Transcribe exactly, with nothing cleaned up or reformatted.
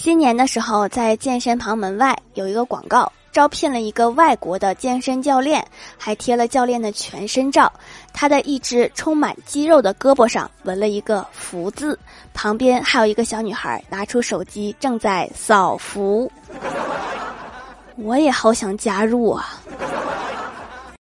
新年的时候，在健身房门外有一个广告，招聘了一个外国的健身教练，还贴了教练的全身照。他的一只充满肌肉的胳膊上纹了一个福字，旁边还有一个小女孩拿出手机正在扫福。我也好想加入啊。